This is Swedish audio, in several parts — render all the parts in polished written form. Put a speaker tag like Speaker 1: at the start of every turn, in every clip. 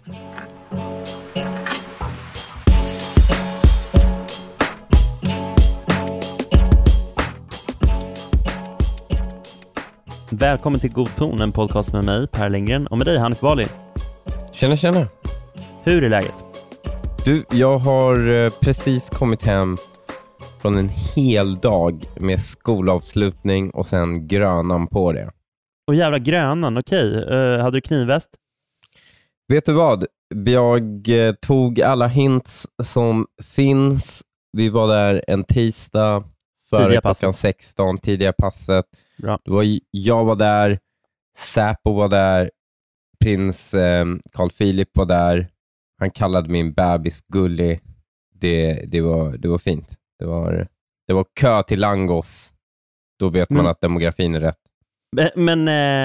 Speaker 1: Välkommen till God ton, en podcast med mig, Per Lindgren, och med dig, Hanif Bali.
Speaker 2: Tjena.
Speaker 1: Hur är läget?
Speaker 2: Du, jag har precis kommit hem från en hel dag med skolavslutning och sen Grönan på det.
Speaker 1: Och jävla Grönan, okej. Hade du knivväst?
Speaker 2: Vet du vad? Jag tog alla hints som finns. Vi var där en tisdag före klockan 16, tidiga passet.
Speaker 1: Bra.
Speaker 2: Jag var där, Säpo var där, prins Carl Philip var där. Han kallade min bebis gullig. Det var fint. Det var kö till Langos. Då vet man att demografin är rätt.
Speaker 1: Men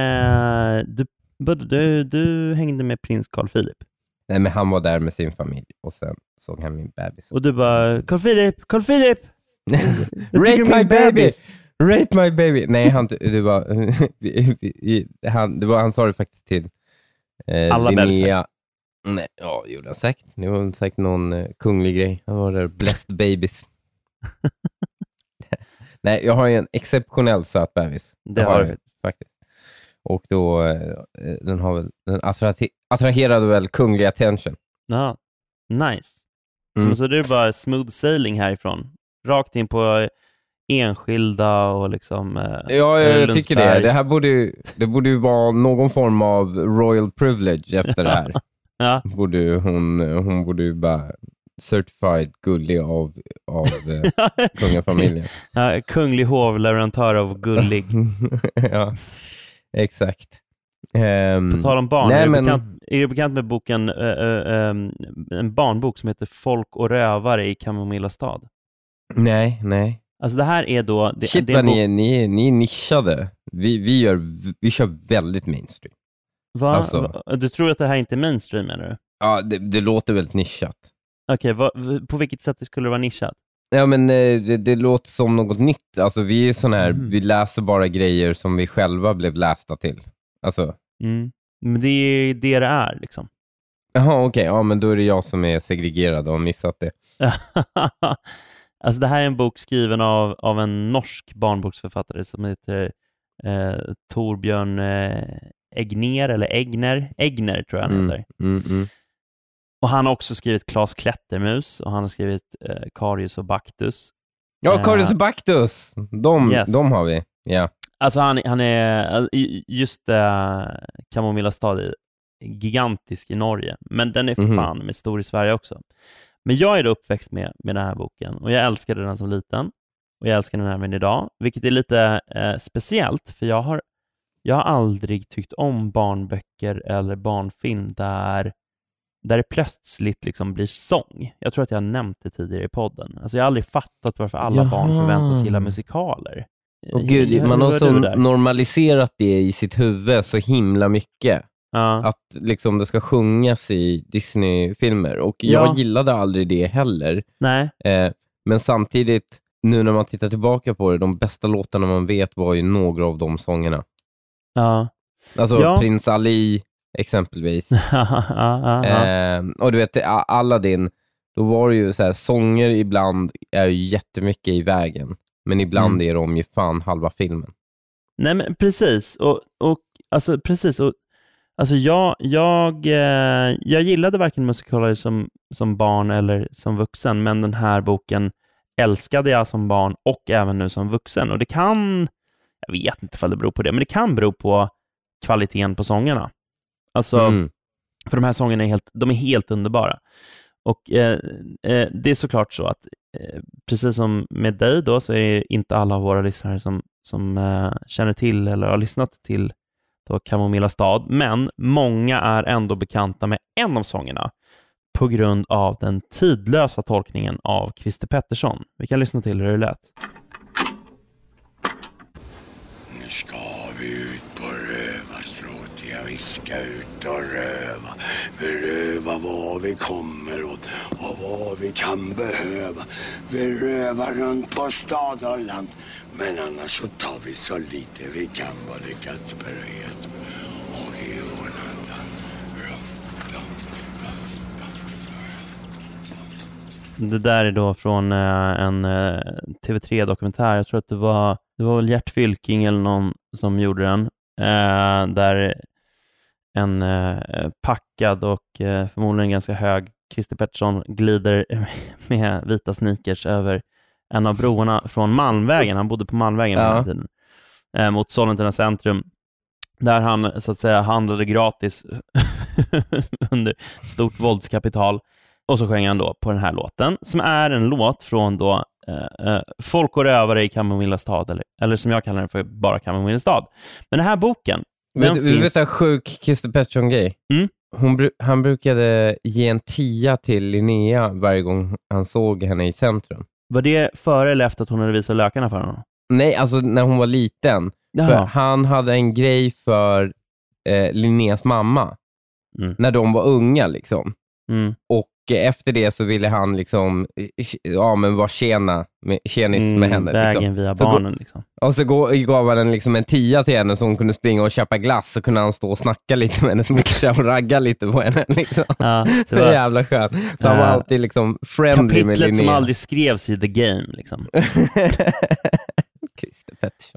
Speaker 1: du hängde med prins Carl Philip?
Speaker 2: Nej, men han var där med sin familj och sen såg han min bebis.
Speaker 1: Och du bara, Carl Philip!
Speaker 2: Rate my baby! Rate my baby! Nej, han sa det faktiskt till
Speaker 1: alla
Speaker 2: Linnea. Nej, ja, gjorde han säkert. Det var säkert någon kunglig grej. Han var där, blessed babies. Nej, jag har ju en exceptionell söt bebis.
Speaker 1: Det har jag
Speaker 2: faktiskt. Och då den attraherade väl kunglig attention.
Speaker 1: Ja, nice. Så det är bara smooth sailing härifrån. Rakt in på enskilda och liksom
Speaker 2: ja, jag tycker det. Det borde ju vara någon form av royal privilege efter det här.
Speaker 1: Ja.
Speaker 2: Hon borde ju bara certified gullig av kungafamiljen.
Speaker 1: Ja, kunglig hovleverantör av gullig.
Speaker 2: Ja, exakt.
Speaker 1: På tal om barn, är du bekant med boken en barnbok som heter Folk och rövare i Kamomilla stad? Nej. Alltså det här är då...
Speaker 2: Shit, vad ni är nischade. Vi kör väldigt mainstream.
Speaker 1: Va?
Speaker 2: Alltså.
Speaker 1: Du tror att det här inte är mainstream, menar du?
Speaker 2: Ja, det låter väldigt nischat.
Speaker 1: Okej, på vilket sätt skulle det vara nischat?
Speaker 2: Ja, men det låter som något nytt. Alltså vi är sån här, vi läser bara grejer som vi själva blev lästa till. Alltså.
Speaker 1: Men det är det är liksom.
Speaker 2: Jaha, okej. Ja, men då är det jag som är segregerad och har missat det.
Speaker 1: Alltså det här är en bok skriven av en norsk barnboksförfattare som heter Torbjörn Egner tror jag han heter. Och han har också skrivit Klas Klättermus och han har skrivit Karius och Baktus.
Speaker 2: Ja, Karius och Baktus! De har vi, ja.
Speaker 1: Alltså han är just Kamomilla stad är gigantisk i Norge, men den är fan med stor i Sverige också. Men jag är då uppväxt med den här boken och jag älskade den som liten och jag älskar den även idag, vilket är lite speciellt för jag har aldrig tyckt om barnböcker eller barnfilm där det plötsligt liksom blir sång. Jag tror att jag har nämnt det tidigare i podden. Alltså jag har aldrig fattat varför alla barn förväntas gilla musikaler.
Speaker 2: Och gud, man har så normaliserat det i sitt huvud så himla mycket. Att liksom det ska sjungas i Disney-filmer. Och jag gillade aldrig det heller.
Speaker 1: Nej.
Speaker 2: Men samtidigt, nu när man tittar tillbaka på det, de bästa låtarna man vet var ju några av de sångerna.
Speaker 1: Ja.
Speaker 2: Alltså Prins Ali exempelvis. Och du vet, Aladdin, då var det ju så här, sånger ibland är ju jättemycket i vägen. Men ibland är de ju fan halva filmen.
Speaker 1: Nej, men precis. Och alltså precis. Och alltså jag gillade varken musikaler som barn eller som vuxen, men den här boken älskade jag som barn och även nu som vuxen. Och det kan, jag vet inte ifall det beror på det, men det kan bero på kvaliteten på sångerna. Alltså, för de här sångerna är helt underbara. Och det är såklart så att precis som med dig då, så är det inte alla av våra lyssnare som känner till eller har lyssnat till då Kamomilla stad, men många är ändå bekanta med en av sångerna på grund av den tidlösa tolkningen av Christer Pettersson. Vi kan lyssna till hur det lät.
Speaker 3: Nu ska vi ut på rövarstråt, ja vi ska ut och röva. Vi rövar vad vi kommer åt och vad vi kan behöva. Vi rövar runt på stad och land, men annars så tar vi så lite vi kan, både Kasper och Jesper och Jonathan.
Speaker 1: Det där är då från en TV3-dokumentär. Jag tror att det var väl Gert Fylking eller någon som gjorde den. Där en packad och förmodligen ganska hög Christer Pettersson glider med vita sneakers över en av broarna från Malmvägen. Han bodde på Malmvägen på den tiden. Mot Sollentuna centrum. Där han så att säga handlade gratis under stort våldskapital. Och så sjöng han då på den här låten, som är en låt från då Folk och rövare i Kammarmilla stad, eller som jag kallar den för bara Kammarmilla stad. Men den här boken,
Speaker 2: du vet en sjuk Christer Pettersson-grej? Han brukade ge en 10 till Linnea varje gång han såg henne i centrum.
Speaker 1: Var det före eller efter att hon hade visat lökarna för honom?
Speaker 2: Nej, alltså när hon var liten. För han hade en grej för Linneas mamma. När de var unga liksom. Och efter det så ville han liksom vara tjenis med henne.
Speaker 1: Vägen
Speaker 2: liksom.
Speaker 1: Via barnen liksom.
Speaker 2: Och så gav han liksom en 10 till henne så hon kunde springa och köpa glass, så kunde han stå och snacka lite med hennes morsa och ragga lite på henne liksom. Ja, det var jävla skönt. Så han var alltid liksom friendly med Linnea.
Speaker 1: Kapitlet som aldrig skrevs i The Game liksom.
Speaker 2: Christer Pettersson.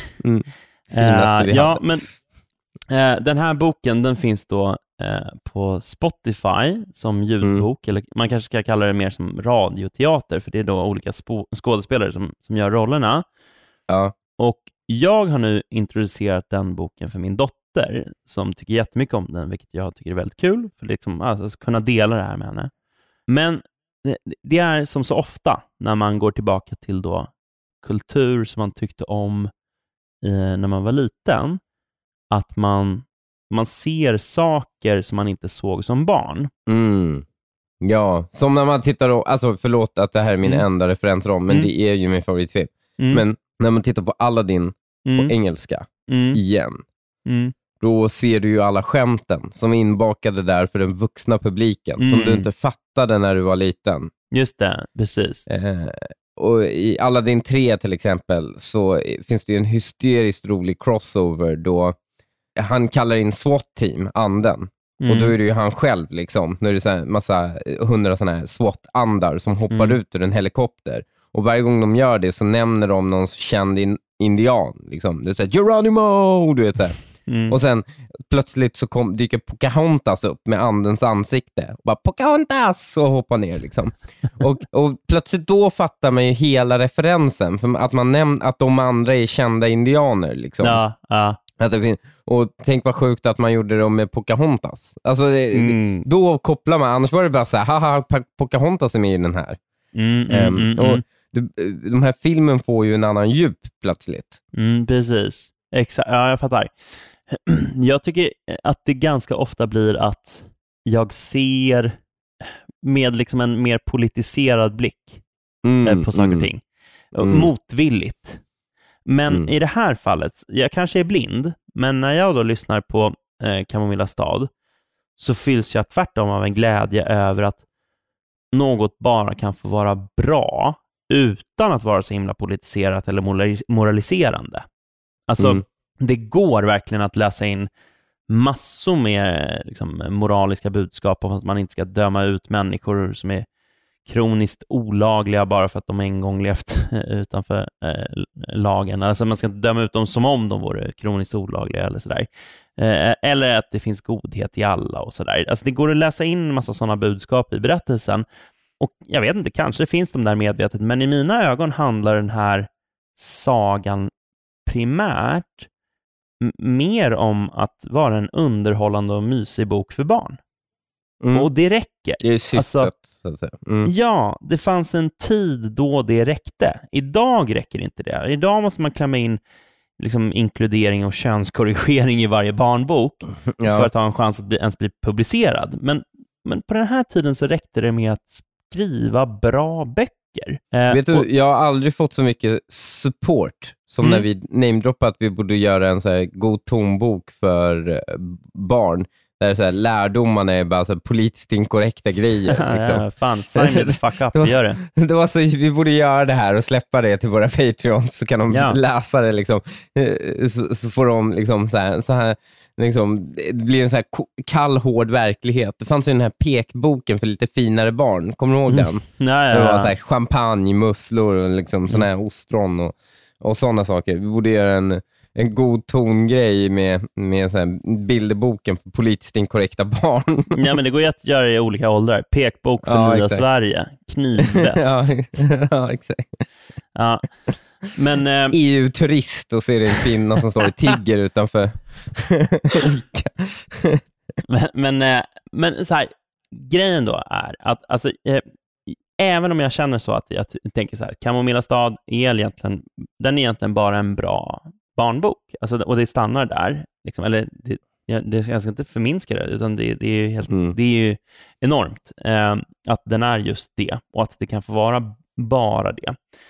Speaker 1: Ja, men den här boken, den finns då på Spotify som ljudbok, eller man kanske ska kalla det mer som radioteater, för det är då olika skådespelare som gör rollerna.
Speaker 2: Ja.
Speaker 1: Och jag har nu introducerat den boken för min dotter, som tycker jättemycket om den, vilket jag tycker är väldigt kul, för liksom, alltså, kunna dela det här med henne. Men det är som så ofta när man går tillbaka till då kultur som man tyckte om när man var liten, att man ser saker som man inte såg som barn.
Speaker 2: Ja, som när man tittar då, alltså förlåt att det här är min enda referensram, men det är ju min favoritfilm. Men när man tittar på Aladdin på engelska igen, då ser du ju alla skämten som är inbakade där för den vuxna publiken, som du inte fattade när du var liten.
Speaker 1: Just det, precis.
Speaker 2: Och i Aladdin 3 till exempel så finns det ju en hysteriskt rolig crossover då han kallar in SWAT-team, anden. Och då är det ju han själv liksom, när det är så här massa 100 sådana här SWAT-andar som hoppar ut ur en helikopter. Och varje gång de gör det så nämner de någon känd indian liksom. Det är såhär, Geronimo! Du vet så här. Och sen plötsligt så dyker Pocahontas upp med andens ansikte. Och bara, Pocahontas! Och hoppar ner liksom. och plötsligt då fattar man ju hela referensen. För att man att de andra är kända indianer liksom.
Speaker 1: Ja.
Speaker 2: Att det finns, och tänk vad sjukt att man gjorde det med Pocahontas. Alltså då kopplar man, annars var det bara så här, haha, Pocahontas är med i den här. Och de här filmen får ju en annan djup plötsligt.
Speaker 1: Precis. Exakt. Ja, jag fattar. Jag tycker att det ganska ofta blir att jag ser med liksom en mer politiserad blick på saker och ting. Motvilligt. Men i det här fallet, jag kanske är blind, men när jag då lyssnar på Kammarmilla stad så fylls jag tvärtom av en glädje över att något bara kan få vara bra utan att vara så himla politiserat eller moraliserande. Alltså, det går verkligen att läsa in massor med liksom, moraliska budskap om att man inte ska döma ut människor som är kroniskt olagliga bara för att de en gång levt utanför lagen. Alltså man ska inte döma ut dem som om de vore kroniskt olagliga eller sådär. Eller att det finns godhet i alla och sådär. Alltså det går att läsa in en massa sådana budskap i berättelsen. Och jag vet inte, kanske finns de där medvetet, men i mina ögon handlar den här sagan primärt mer om att vara en underhållande och mysig bok för barn. Och det räcker.
Speaker 2: Det är syftet,
Speaker 1: alltså,
Speaker 2: så att säga.
Speaker 1: Ja, det fanns en tid då det räckte. Idag räcker inte det. Idag måste man klämma in liksom inkludering och könskorrigering i varje barnbok för att ha en chans att ens bli publicerad. Men på den här tiden så räckte det med att skriva bra böcker.
Speaker 2: Vet du, jag har aldrig fått så mycket support som när vi namedroppade att vi borde göra en så här god tonbok för barn. Där så här, lärdomarna är bara så här, politiskt inkorrekta grejer. Liksom.
Speaker 1: Ja, fan, sign me the fuck up, gör det.
Speaker 2: Det var så, vi borde göra det här och släppa det till våra Patreons, så kan de läsa det liksom. Så får de liksom så här liksom, det blir en så här kall, hård verklighet. Det fanns ju den här pekboken för lite finare barn. Kommer du ihåg den?
Speaker 1: Ja.
Speaker 2: Det var så här champagne, musslor och liksom såna här ostron och sådana saker. Vi borde göra en god tongrej med så här bilderboken för politiskt inkorrekta barn.
Speaker 1: Ja, men det går ju att göra i olika åldrar. Pekbok för nya
Speaker 2: exakt.
Speaker 1: Sverige. Knivväst.
Speaker 2: Ja, exakt.
Speaker 1: Ja. Men
Speaker 2: EU-turist och ser en kvinna som står och tigger utanför.
Speaker 1: men så här, grejen då är att alltså, även om jag känner så att jag tänker så här, Kamomilla stad är egentligen bara en bra barnbok. Alltså, och det stannar där. Liksom, eller jag ska inte förminska det, utan det är ju det är ju enormt att den är just det och att det kan få vara bara det.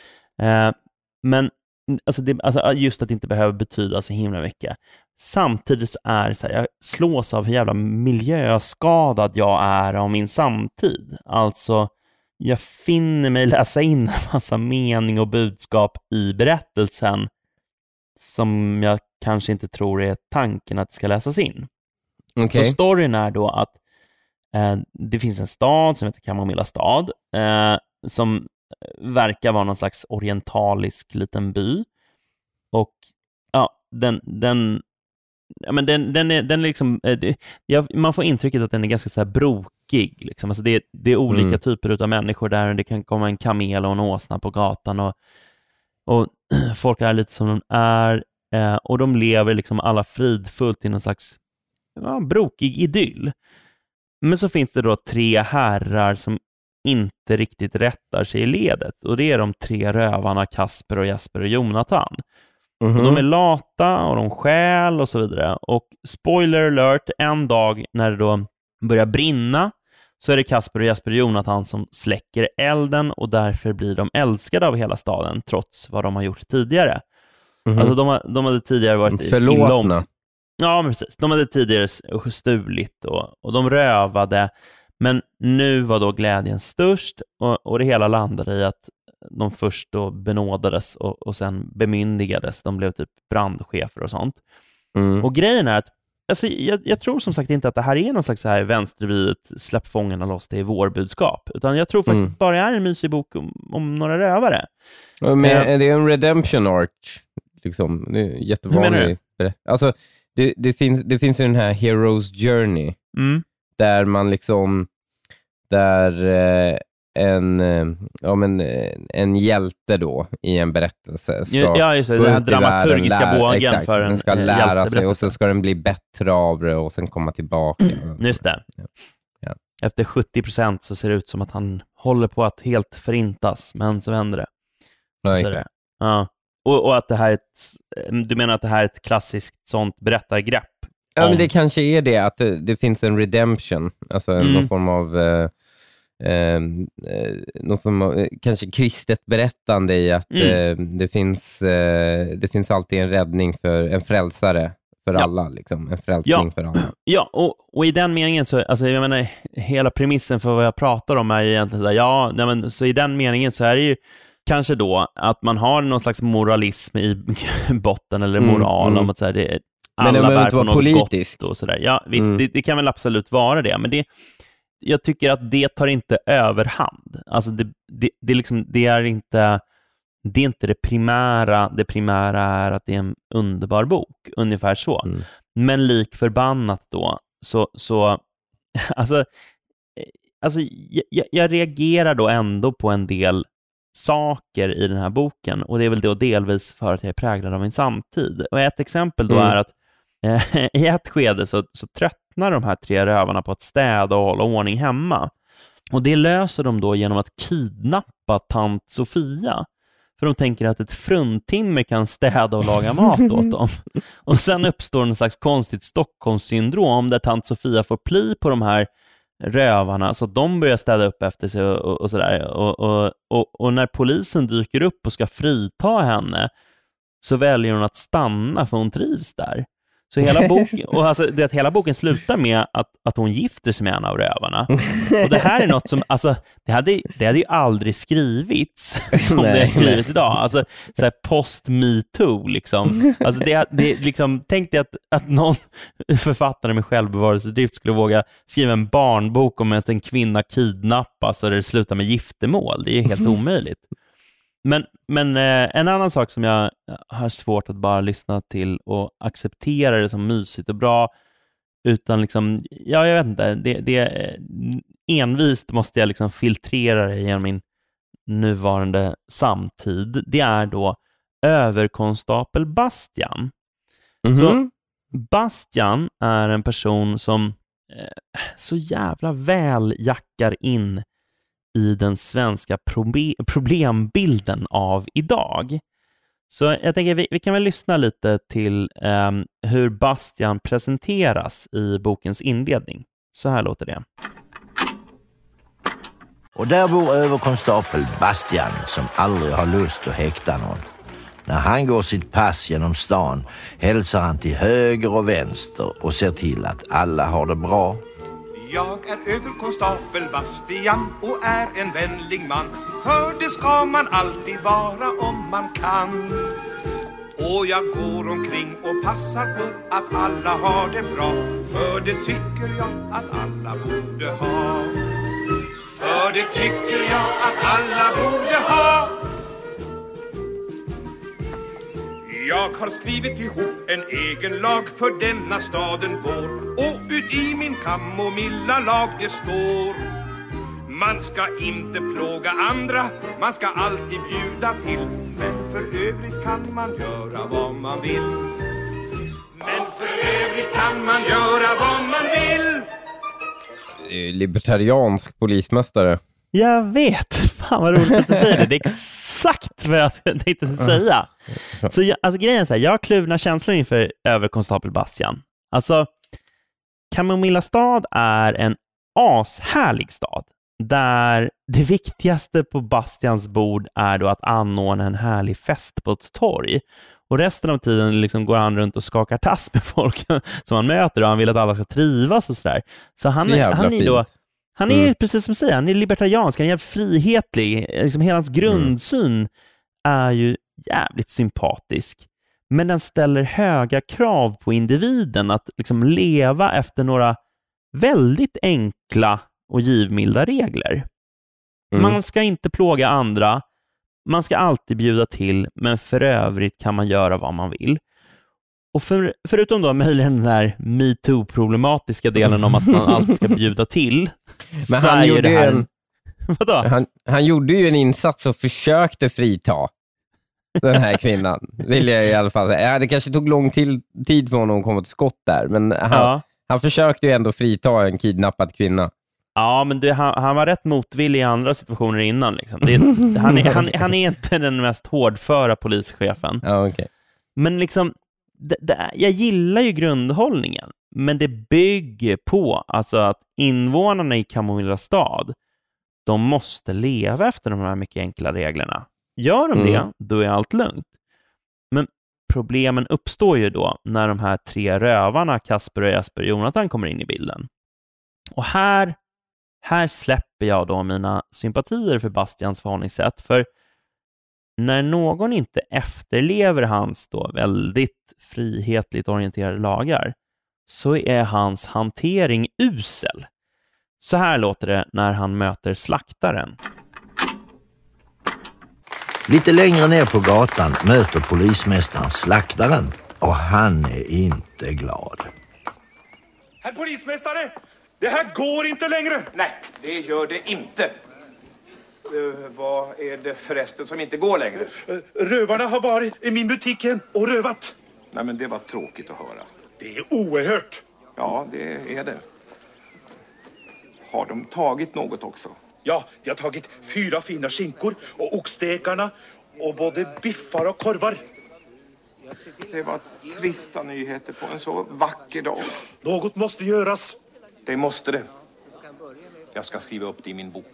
Speaker 1: Men alltså just att det inte behöver betyda så himla mycket. Samtidigt så är det så här, jag slås av hur jävla miljöskadad jag är av min samtid. Alltså, jag finner mig läsa in en massa mening och budskap i berättelsen som jag kanske inte tror är tanken att det ska läsas in.
Speaker 2: Okay.
Speaker 1: Så storyn är då att det finns en stad som heter Kamomilla stad som verkar vara någon slags orientalisk liten by. Och ja, den är liksom man får intrycket att den är ganska så här brokig liksom. Alltså det är olika typer av människor där, och det kan komma en kamel och en åsna på gatan och folk är lite som de är och de lever liksom alla fridfullt i någon slags brokig idyll. Men så finns det då 3 herrar som inte riktigt rättar sig i ledet, och det är de 3 rövarna Kasper och Jesper och Jonathan. Och de är lata och de stjäl och så vidare. Och spoiler alert, en dag när det då börjar brinna så är det Kasper och Jesper och Jonathan som släcker elden, och därför blir de älskade av hela staden trots vad de har gjort tidigare. Alltså de hade tidigare varit
Speaker 2: förlåtna.
Speaker 1: Ja, men precis. De hade tidigare stulit och de rövade, men nu var då glädjen störst, och det hela landade i att de först då benådades och sen bemyndigades. De blev typ brandchefer och sånt. Och grejen är att alltså, jag tror som sagt inte att det här är någon slags så här vänstervridet släpp fångarna loss, det är vår budskap, utan jag tror faktiskt att bara är en mysig bok om några rövare.
Speaker 2: Men det är en redemption arc liksom. Det är jättevanligt. Alltså det finns ju den här Hero's Journey där man liksom en hjälte då i en berättelse ska
Speaker 1: just det, den här dramaturgiska bågen
Speaker 2: exakt,
Speaker 1: för en
Speaker 2: den ska lära sig och så ska den bli bättre av det och sen komma tillbaka.
Speaker 1: Just det. Ja. Efter 70% så ser det ut som att han håller på att helt förintas, men så händer det. Ja. Och att det här du menar att det här är ett klassiskt sånt berättargrepp?
Speaker 2: Ja, men det kanske är det, att det finns en redemption, alltså någon form av kanske kristet berättande i att det finns alltid en räddning för en frälsare för alla, liksom, en frälsning för alla.
Speaker 1: Ja, och i den meningen så, alltså jag menar, hela premissen för vad jag pratar om är ju egentligen så så i den meningen så är det ju kanske då att man har någon slags moralism i botten, eller moral om att säga det, alla bär på något politisk gott och sådär. Ja, visst, det kan väl absolut vara det, men jag tycker att det tar inte överhand. Alltså det liksom, det är inte det primära. Det primära är att det är en underbar bok, ungefär så. Men lik förbannat då så alltså jag reagerar då ändå på en del saker i den här boken, och det är väl då delvis för att jag är präglad av min samtid. Och ett exempel då är att i ett skede så tröttnar de här 3 rövarna på att städa och hålla ordning hemma. Och det löser de då genom att kidnappa tant Sofia. För de tänker att ett fruntimmer kan städa och laga mat åt dem. Och sen uppstår en slags konstigt Stockholmssyndrom där tant Sofia får pli på de här rövarna så att de börjar städa upp efter sig och sådär. Och när polisen dyker upp och ska frita henne så väljer hon att stanna för hon trivs där. Så hela boken, och alltså, det att hela boken slutar med att hon gifter sig med en av rövarna. Och det här är något som, alltså, det hade ju aldrig skrivits som det är skrivit idag. Alltså, så här post-MeToo, liksom. Alltså, det liksom, tänk dig att någon författare med självbevarelsedrift skulle våga skriva en barnbok om att en kvinna kidnappas och det slutar med giftermål. Det är helt omöjligt. Men en annan sak som jag har svårt att bara lyssna till och acceptera det som mysigt och bra, utan liksom, ja, jag vet inte, det envist måste jag liksom filtrera det genom min nuvarande samtid. Det är då överkonstapel Bastian. Så Bastian är en person som så jävla väl jackar in i den svenska problembilden av idag. Så jag tänker vi kan väl lyssna lite till hur Bastian presenteras i bokens inledning. Så här låter det.
Speaker 4: Och där bor överkonstapel Bastian som aldrig har lust att häkta någon. När han går sitt pass genom stan hälsar han till höger och vänster och ser till att alla har det bra.
Speaker 5: Jag är överkonstapel Bastian och är en vänlig man. För det ska man alltid vara om man kan. Och jag går omkring och passar på att alla har det bra. För det tycker jag att alla borde ha. För det tycker jag att alla borde ha. Jag har skrivit ihop en egen lag för denna staden vår. Och ut i min kamomilla lag det står: man ska inte plåga andra, man ska alltid bjuda till. Men för övrigt kan man göra vad man vill. Men för övrigt kan man göra vad man vill.
Speaker 2: Libertariansk polismästare.
Speaker 1: Jag vet, fan vad roligt att du säger det. Det är exakt vad jag tänkte säga. Så alltså, grejen är så här, jag har kluvna känslor inför överkonstapel Bastian. Alltså, Kamomilla stad är en ashärlig stad. Där det viktigaste på Bastians bord är då att anordna en härlig fest på ett torg. Och resten av tiden liksom går han runt och skakar tass med folk som han möter, och han vill att alla ska trivas och sådär. Så han är då... Han är precis som säger, han är libertariansk, han är frihetlig. Liksom hela hans grundsyn är ju jävligt sympatisk. Men den ställer höga krav på individen att liksom leva efter några väldigt enkla och givmilda regler. Man ska inte plåga andra, man ska alltid bjuda till, men för övrigt kan man göra vad man vill. Och förutom då möjligen den här MeToo-problematiska delen om att man alltid ska bjuda till.
Speaker 2: Men han gjorde det här...
Speaker 1: Vadå?
Speaker 2: Han gjorde ju en insats och försökte frita den här kvinnan. Vill jag i alla fall säga. Det kanske tog lång tid för honom att komma till skott där. Men han försökte ju ändå frita en kidnappad kvinna.
Speaker 1: Ja, men han var rätt motvillig i andra situationer innan. Liksom. Han är inte den mest hårdföra polischefen.
Speaker 2: Ja, okay.
Speaker 1: Men liksom... jag gillar ju grundhållningen, men det bygger på alltså att invånarna i Kamomilla stad, de måste leva efter de här mycket enkla reglerna. Gör de det, då är allt lugnt. Men problemen uppstår ju då när de här 3 rövarna, Kasper och Jesper och Jonathan, kommer in i bilden. Och här släpper jag då mina sympatier för Bastians förhållningssätt, för när någon inte efterlever hans då väldigt frihetligt orienterade lagar, så är hans hantering usel. Så här låter det när han möter slaktaren.
Speaker 4: Lite längre ner på gatan möter polismästaren slaktaren, och han är inte glad.
Speaker 5: Herr polismästare, det här går inte längre. Nej, det gör det inte. Vad är det förresten som inte går längre? Rövarna har varit i min butik igen och rövat. Nej, men det var tråkigt att höra. Det är oerhört. Ja, det är det. Har de tagit något också? Ja, de har tagit 4 fina skinkor och oxstekarna och både biffar och korvar. Det var trista nyheter på en så vacker dag. Något måste göras. Det måste det. Jag ska skriva upp det i min bok.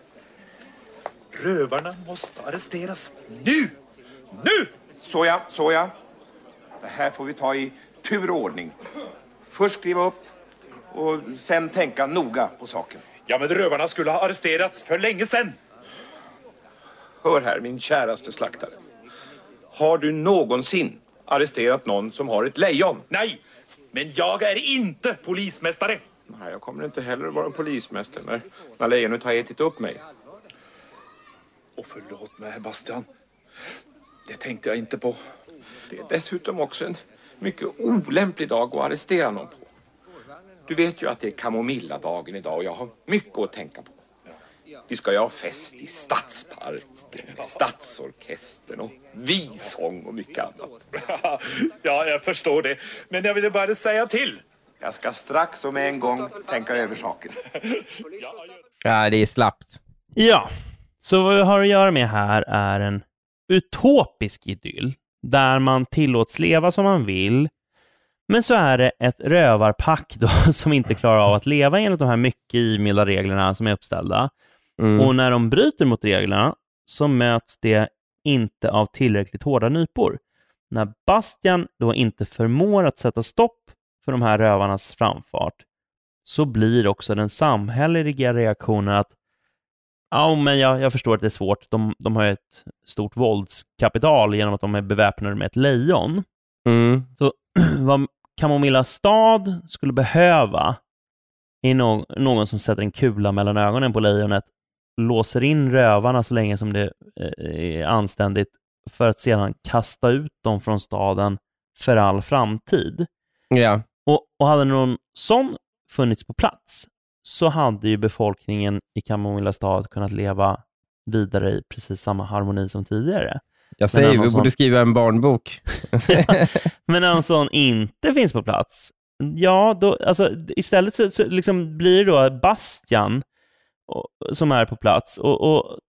Speaker 5: Rövarna måste arresteras. Nu! Nu! Så ja. Det här får vi ta i tur och ordning. Först skriva upp och sen tänka noga på saken.
Speaker 6: Ja, men rövarna skulle ha arresterats för länge sedan.
Speaker 5: Hör här, min käraste slaktare. Har du någonsin arresterat någon som har ett lejon?
Speaker 6: Nej, men jag är inte polismästare.
Speaker 5: Nej, jag kommer inte heller vara en polismästare när lejonet har ätit upp mig.
Speaker 6: Och förlåt mig, Bastian. Det tänkte jag inte på.
Speaker 5: Det är dessutom också en mycket olämplig dag att arrestera någon på. Du vet ju att det är Kamomilla-dagen idag och jag har mycket att tänka på. Vi ska ju ha fest i stadsparken, med stadsorkestern och visång och mycket annat.
Speaker 6: Ja, jag förstår det. Men jag ville bara säga till.
Speaker 5: Jag ska strax och med en gång tänka över saken.
Speaker 2: Ja, det är slappt.
Speaker 1: Ja, så vad vi har att göra med här är en utopisk idyll där man tillåts leva som man vill. Men så är det ett rövarpack då som inte klarar av att leva enligt de här mycket givmilda reglerna som är uppställda. Och när de bryter mot reglerna så möts det inte av tillräckligt hårda nypor. När Bastian då inte förmår att sätta stopp för de här rövarnas framfart så blir också den samhälleliga reaktionen att ja, men jag förstår att det är svårt. De har ju ett stort våldskapital genom att de är beväpnade med ett lejon. Så vad Kamomilla stad skulle behöva är någon som sätter en kula mellan ögonen på lejonet, låser in rövarna så länge som det är anständigt för att sedan kasta ut dem från staden för all framtid.
Speaker 2: Ja.
Speaker 1: Och hade någon sån funnits på plats så hade ju befolkningen i Kamomilla stad kunnat leva vidare i precis samma harmoni som tidigare.
Speaker 2: Jag säger, vi borde skriva en barnbok.
Speaker 1: Ja, men när en sån inte finns på plats, ja, då, alltså, istället så liksom blir det då Bastian som är på plats och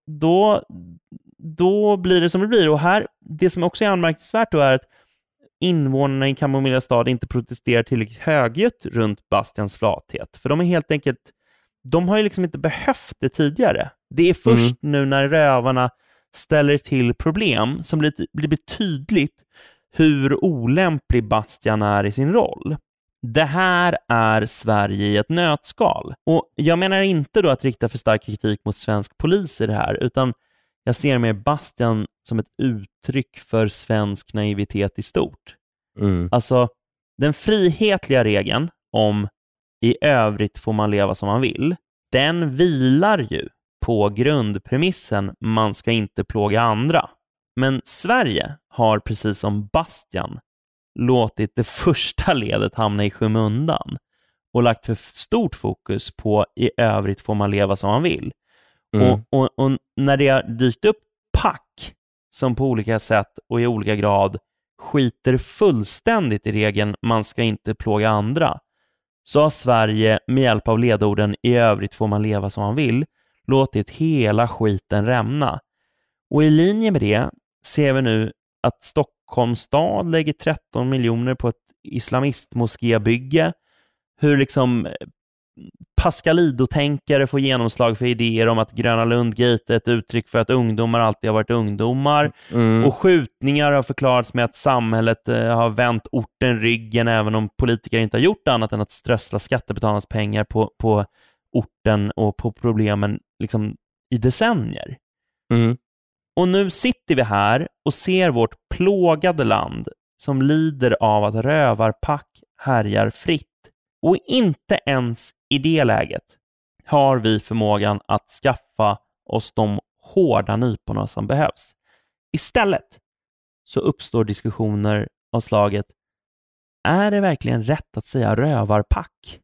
Speaker 1: då blir det som det blir. Och här, det som också är anmärkningsvärt då är att invånarna i Kamomilla stad inte protesterar tillräckligt högljutt runt Bastians flathet. För de är helt enkelt, de har ju liksom inte behövt det tidigare. Det är först nu när rövarna ställer till problem som blir tydligt hur olämplig Bastian är i sin roll. Det här är Sverige i ett nötskal. Och jag menar inte då att rikta för stark kritik mot svensk polis i det här, utan jag ser mer Bastian som ett uttryck för svensk naivitet i stort. Alltså, den frihetliga regeln om i övrigt får man leva som man vill, den vilar ju på grundpremissen man ska inte plåga andra. Men Sverige har precis som Bastian låtit det första ledet hamna i skymundan och lagt för stort fokus på i övrigt får man leva som man vill. Och när det har dykt upp pack som på olika sätt och i olika grad skiter fullständigt i regeln man ska inte plåga andra, så har Sverige med hjälp av ledorden i övrigt får man leva som man vill låtit hela skiten rämna. Och i linje med det ser vi nu att Stockholms stad lägger 13 miljoner på ett islamistmoskébygge. Hur liksom Pascalido-tänkare får genomslag för idéer om att Gröna Lund-gate är ett uttryck för att ungdomar alltid har varit ungdomar. Och skjutningar har förklarats med att samhället har vänt orten ryggen även om politiker inte har gjort annat än att strössla skattebetalarnas pengar på orten och på problemen liksom i decennier. Och nu sitter vi här och ser vårt plågade land som lider av att rövarpack härjar fritt. Och inte ens i det läget har vi förmågan att skaffa oss de hårda nyporna som behövs. Istället så uppstår diskussioner av slaget: är det verkligen rätt att säga rövarpack?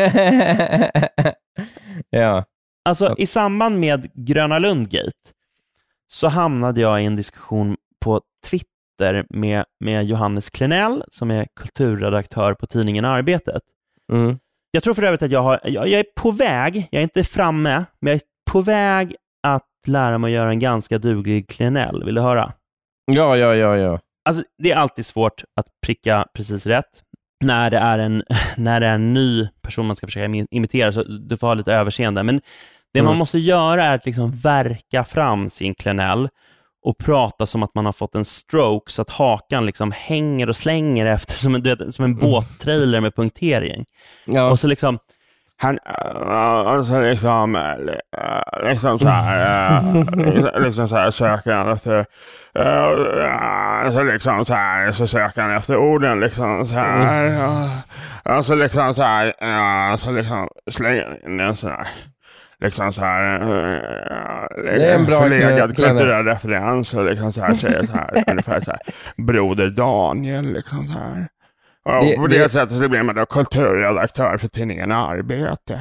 Speaker 2: Ja.
Speaker 1: Alltså i samband med Gröna Lund-gate så hamnade jag i en diskussion på Twitter med Johannes Klenell som är kulturredaktör på tidningen Arbetet. Jag tror för övrigt att jag är på väg, jag är inte framme, men jag är på väg att lära mig att göra en ganska duglig Klenell. Vill du höra?
Speaker 2: Ja.
Speaker 1: Alltså det är alltid svårt att pricka precis rätt när det är en ny person man ska försöka imitera, så du får ha lite överseende. Men det man måste göra är att liksom verka fram sin Klenell och prata som att man har fått en stroke så att hakan liksom hänger och slänger efter som en båttrailer med punktering.
Speaker 2: Ja.
Speaker 1: Och så liksom
Speaker 3: Han, alltså liksom så här söker han efter alltså liksom så här så söker han efter orden liksom så här alltså liksom så här alltså liksom slänger in en sån här liksom så här
Speaker 2: det är en bra
Speaker 3: förlegad kulturell referens och liksom så här säger så här ungefär så här broder Daniel liksom så här. Och på det sättet så blir man då kulturredaktör för tidningen Arbetet.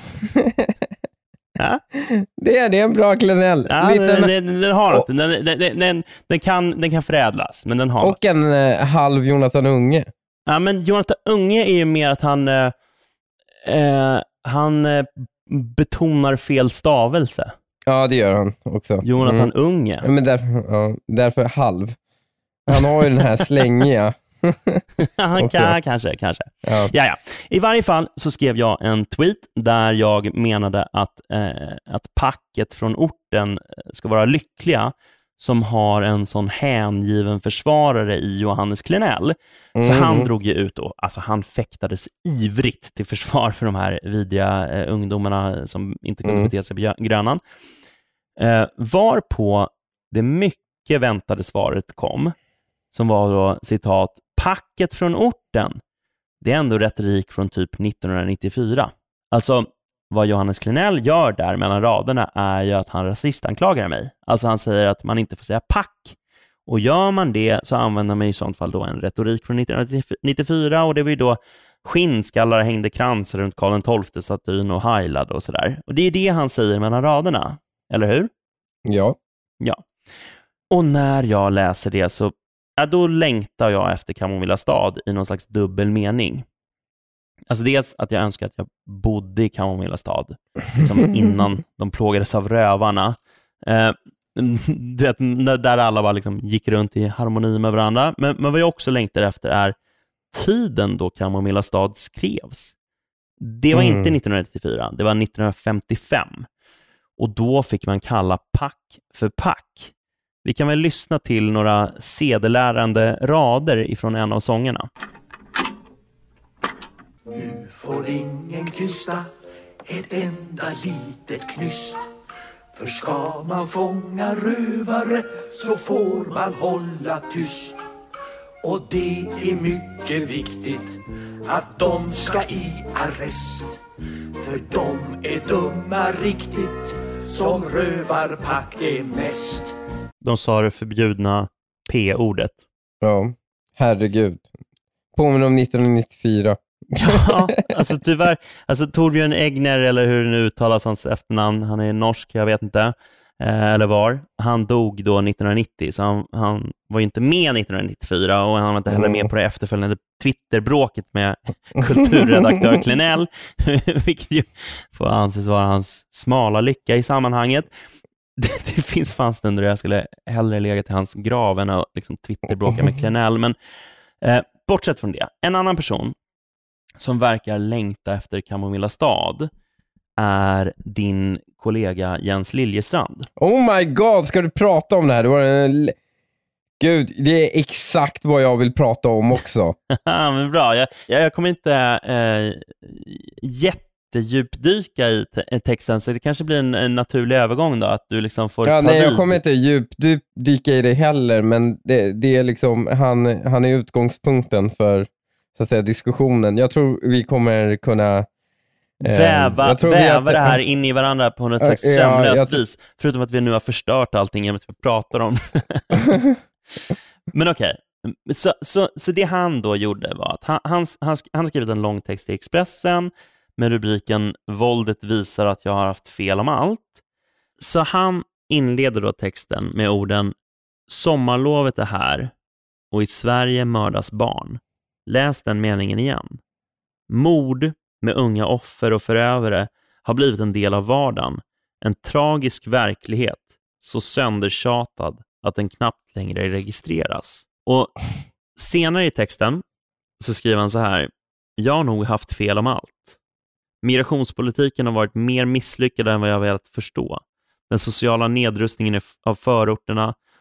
Speaker 1: ja?
Speaker 2: Det är en bra Klenell.
Speaker 1: Ja, den har något. Den kan förädlas, men den har
Speaker 2: och något. En halv Jonathan Unge.
Speaker 1: Ja, men Jonathan Unge är ju mer att han betonar fel stavelse.
Speaker 2: Ja, det gör han också.
Speaker 1: Jonathan Unge.
Speaker 2: Ja, men därför halv. Han har ju den här slängiga.
Speaker 1: Kanske.
Speaker 2: Ja.
Speaker 1: Ja. I varje fall så skrev jag en tweet där jag menade att packet från orten ska vara lyckliga som har en sån hängiven försvarare i Johannes Klenell. För han drog ju ut då, alltså han fäktades ivrigt till försvar för de här vidriga ungdomarna som inte kunde bete sig på Grönan. Varpå det mycket väntade svaret kom, som var då, citat, packet från orten. Det är ändå retorik från typ 1994. Alltså, vad Johannes Klenell gör där mellan raderna är ju att han rasistanklagar mig. Alltså han säger att man inte får säga pack. Och gör man det så använder man i sånt fall då en retorik från 1994 och det var ju då skinnskallar hängde kransar runt Karl XII-statyn och heilade och sådär. Och det är det han säger mellan raderna. Eller hur?
Speaker 2: Ja.
Speaker 1: Ja. Och när jag läser det så då längtar jag efter Kamomilla stad i någon slags dubbel mening. Alltså dels att jag önskar att jag bodde i Kamomilla stad liksom innan de plågades av rövarna. Du vet, där alla bara liksom gick runt i harmoni med varandra. Men vad jag också längtar efter är tiden då Kamomilla stad skrevs. Det var inte 1994, det var 1955. Och då fick man kalla pack för pack. Vi kan väl lyssna till några sedelärande rader ifrån en av sångerna.
Speaker 7: Nu får ingen krysta ett enda litet knyst. För ska man fånga rövare så får man hålla tyst. Och det är mycket viktigt att de ska i arrest. För de är dumma riktigt som rövarpack är mest.
Speaker 1: De sa det förbjudna P-ordet.
Speaker 2: Ja, herregud. Påminner om 1994.
Speaker 1: Ja, alltså tyvärr. Alltså Torbjörn Egner, eller hur det nu uttalas hans efternamn, han är norsk, jag vet inte. Eller var. Han dog då 1990, så han var ju inte med 1994 och han var inte heller med på det efterföljande Twitterbråket med kulturredaktör Klenell, vilket ju får anses vara hans smala lycka i sammanhanget. Det finns fan stunder där jag skulle hellre lägga till hans grav än att liksom Twitterbråka med Klenell, men bortsett från det, en annan person som verkar längta efter Kamomilla stad är din kollega Jens Liljestrand.
Speaker 2: Oh my god, ska du prata om det här? Det var Gud, det är exakt vad jag vill prata om också.
Speaker 1: Men bra, jag kommer inte jättedjupdyka i texten, så det kanske blir en naturlig övergång då, att du liksom får ta
Speaker 2: nej,
Speaker 1: vid.
Speaker 2: jag kommer inte djupdyka i det heller, men det är liksom, han är utgångspunkten för, så att säga, diskussionen. Jag tror vi kommer kunna
Speaker 1: väva det här in i varandra på något slags sömlöst vis, förutom att vi nu har förstört allting genom att vi pratar om. Men okej. Så det han då gjorde var att han skrivit en lång text i Expressen med rubriken "Våldet visar att jag har haft fel om allt". Så han inleder då texten med orden: "Sommarlovet är här och i Sverige mördas barn." Läs den meningen igen. Mord med unga offer och förövare har blivit en del av vardagen. En tragisk verklighet, så söndertjatad att den knappt längre registreras. Och senare i texten så skriver han så här: "Jag har nog haft fel om allt. Migrationspolitiken har varit mer misslyckad än vad jag velat förstå. Den sociala nedrustningen av förorterna,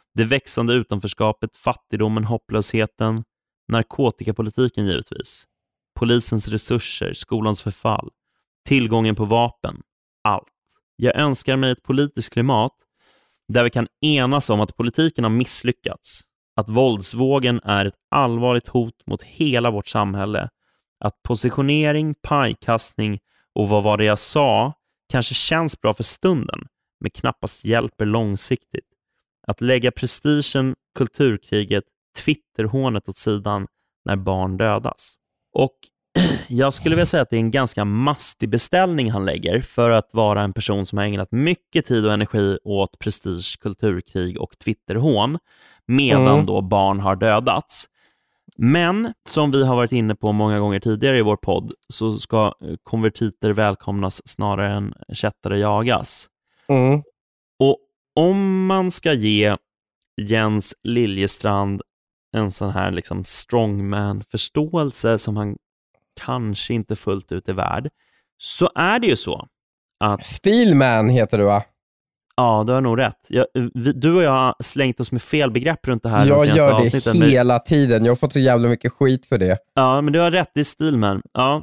Speaker 1: Det växande utanförskapet, fattigdomen, hopplösheten, narkotikapolitiken givetvis, polisens resurser, skolans förfall, tillgången på vapen, allt. Jag önskar mig ett politiskt klimat där vi kan enas om att politiken har misslyckats, att våldsvågen är ett allvarligt hot mot hela vårt samhälle, att positionering, pajkastning och vad var det jag sa kanske känns bra för stunden, men knappast hjälper långsiktigt. Att lägga prestigen, kulturkriget, Twitterhånet åt sidan när barn dödas. Och jag skulle vilja säga att det är en ganska mastig beställning han lägger för att vara en person som har ägnat mycket tid och energi åt prestige, kulturkrig och Twitterhån medan då barn har dödats. Men som vi har varit inne på många gånger tidigare i vår podd så ska konvertiter välkomnas snarare än kättare jagas. Och om man ska ge Jens Liljestrand en sån här liksom strongman-förståelse som han kanske inte fullt ut är värd, så är det ju så att...
Speaker 2: Steelman heter du, va?
Speaker 1: Ja, du har nog rätt. Du och jag har slängt oss med fel begrepp runt det här.
Speaker 2: Jag gör det hela tiden. Jag har fått så jävla mycket skit för det.
Speaker 1: Ja, men du har rätt, det är Steelman. Ja.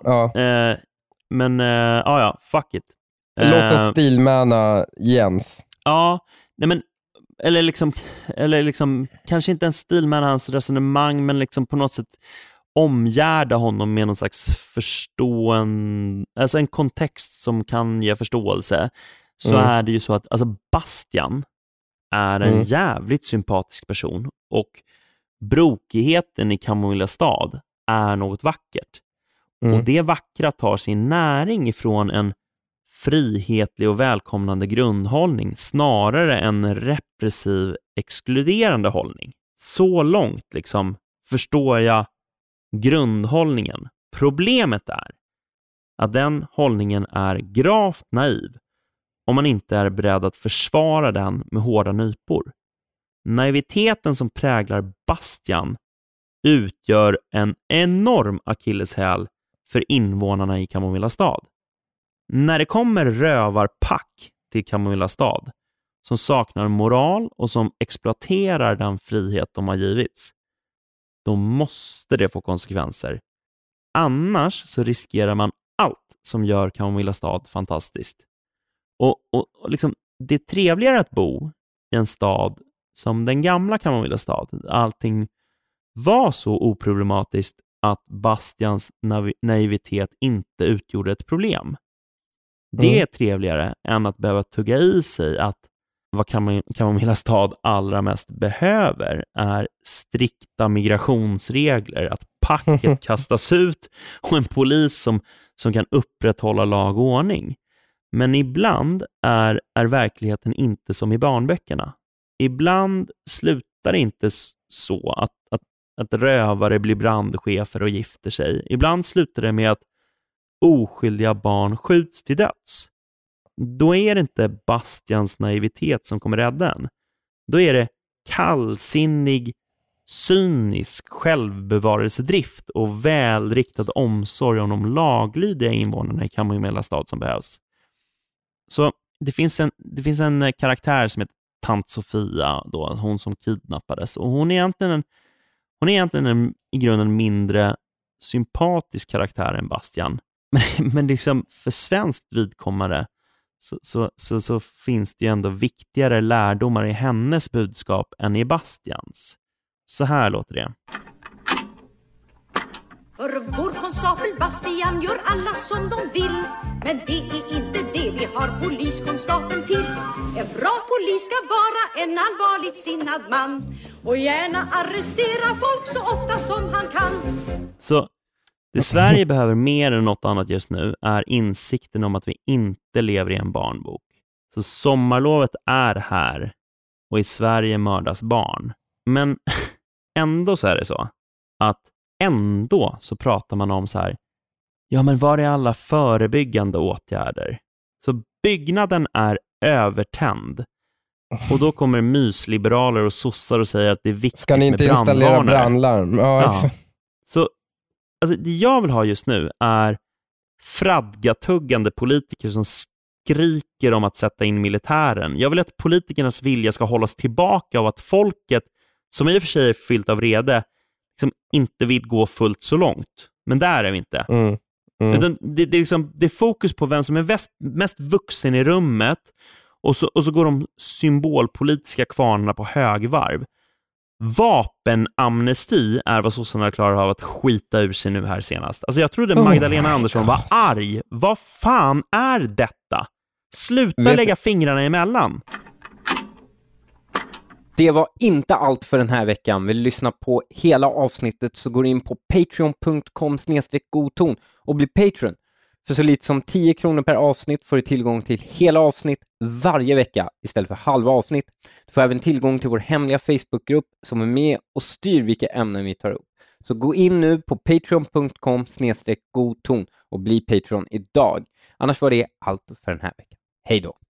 Speaker 1: Fuck it.
Speaker 2: Låt oss Steelmana Jens.
Speaker 1: Ja, nej men eller liksom kanske inte en Steelman hans resonemang, men liksom på något sätt omgärda honom med någon slags alltså en kontext som kan ge förståelse. Så är det ju så att alltså Bastian är en jävligt sympatisk person och brokigheten i Kamomilla stad är något vackert. Och det vackra tar sin näring ifrån en frihetlig och välkomnande grundhållning snarare än repressiv exkluderande hållning. Så långt liksom förstår jag grundhållningen. Problemet är att den hållningen är gravt naiv om man inte är beredd att försvara den med hårda nypor. Naiviteten som präglar Bastian utgör en enorm akilleshäl för invånarna i Kamomilla stad. När det kommer rövarpack till Kamomilla stad som saknar moral och som exploaterar den frihet de har givits, då måste det få konsekvenser. Annars så riskerar man allt som gör Kamomilla stad fantastiskt. Och liksom, det är trevligare att bo i en stad som den gamla Kamomilla stad. Allting var så oproblematiskt att Bastians naivitet inte utgjorde ett problem. Det är trevligare än att behöva tugga i sig att vad Kamomilla stad allra mest behöver är strikta migrationsregler, att packet kastas ut och en polis som kan upprätthålla lag och ordning. Men ibland är verkligheten inte som i barnböckerna. Ibland slutar det inte så att rövare blir brandchefer och gifter sig. Ibland slutar det med att oskyldiga barn skjuts till döds. Då är det inte Bastians naivitet som kommer rädda en. Då är det kallsinnig, cynisk självbevarelsedrift och välriktad omsorg om de laglydiga invånarna i Kamomilla stad som behövs. Så det finns en karaktär som heter Tant Sofia då, hon som kidnappades, och hon är egentligen i grunden mindre sympatisk karaktär än Bastian. Men liksom för svenskt vidkommande så finns det ju ändå viktigare lärdomar i hennes budskap än i Bastians. Så här låter det.
Speaker 8: För vår konstapel Bastian gör alla som de vill, men det är inte det vi har poliskonstapeln till. En bra polis ska vara en allvarligt sinnad man och gärna arrestera folk så ofta som han kan.
Speaker 1: Så det Sverige behöver mer än något annat just nu är insikten om att vi inte lever i en barnbok. Så sommarlovet är här och i Sverige mördas barn. Men ändå så är det så att ändå så pratar man om så här, ja men var är alla förebyggande åtgärder? Så byggnaden är övertänd. Och då kommer mysliberaler och sossar och säger att det är viktigt
Speaker 2: ska ni inte
Speaker 1: med
Speaker 2: installera brandlarm?
Speaker 1: Ja. Så alltså, det jag vill ha just nu är fradgatuggande politiker som skriker om att sätta in militären. Jag vill att politikernas vilja ska hållas tillbaka av att folket, som i och för sig är fyllt av vrede, liksom inte vill gå fullt så långt. Men där är vi inte. Utan det är fokus på vem som är mest vuxen i rummet, och så går de symbolpolitiska kvarnarna på högvarv. Vapenamnesti är vad sossarna klarar av att skita ur sig nu här senast. Alltså jag trodde Magdalena Andersson var arg. Vad fan är detta? Sluta lägga fingrarna emellan.
Speaker 9: Det var inte allt för den här veckan. Vill du lyssna på hela avsnittet så går in på patreon.com/godton och bli patron. För så lite som 10 kronor per avsnitt får du tillgång till hela avsnitt varje vecka istället för halva avsnitt. Du får även tillgång till vår hemliga Facebookgrupp som är med och styr vilka ämnen vi tar upp. Så gå in nu på patreon.com/godton och bli patron idag. Annars var det allt för den här veckan. Hej då!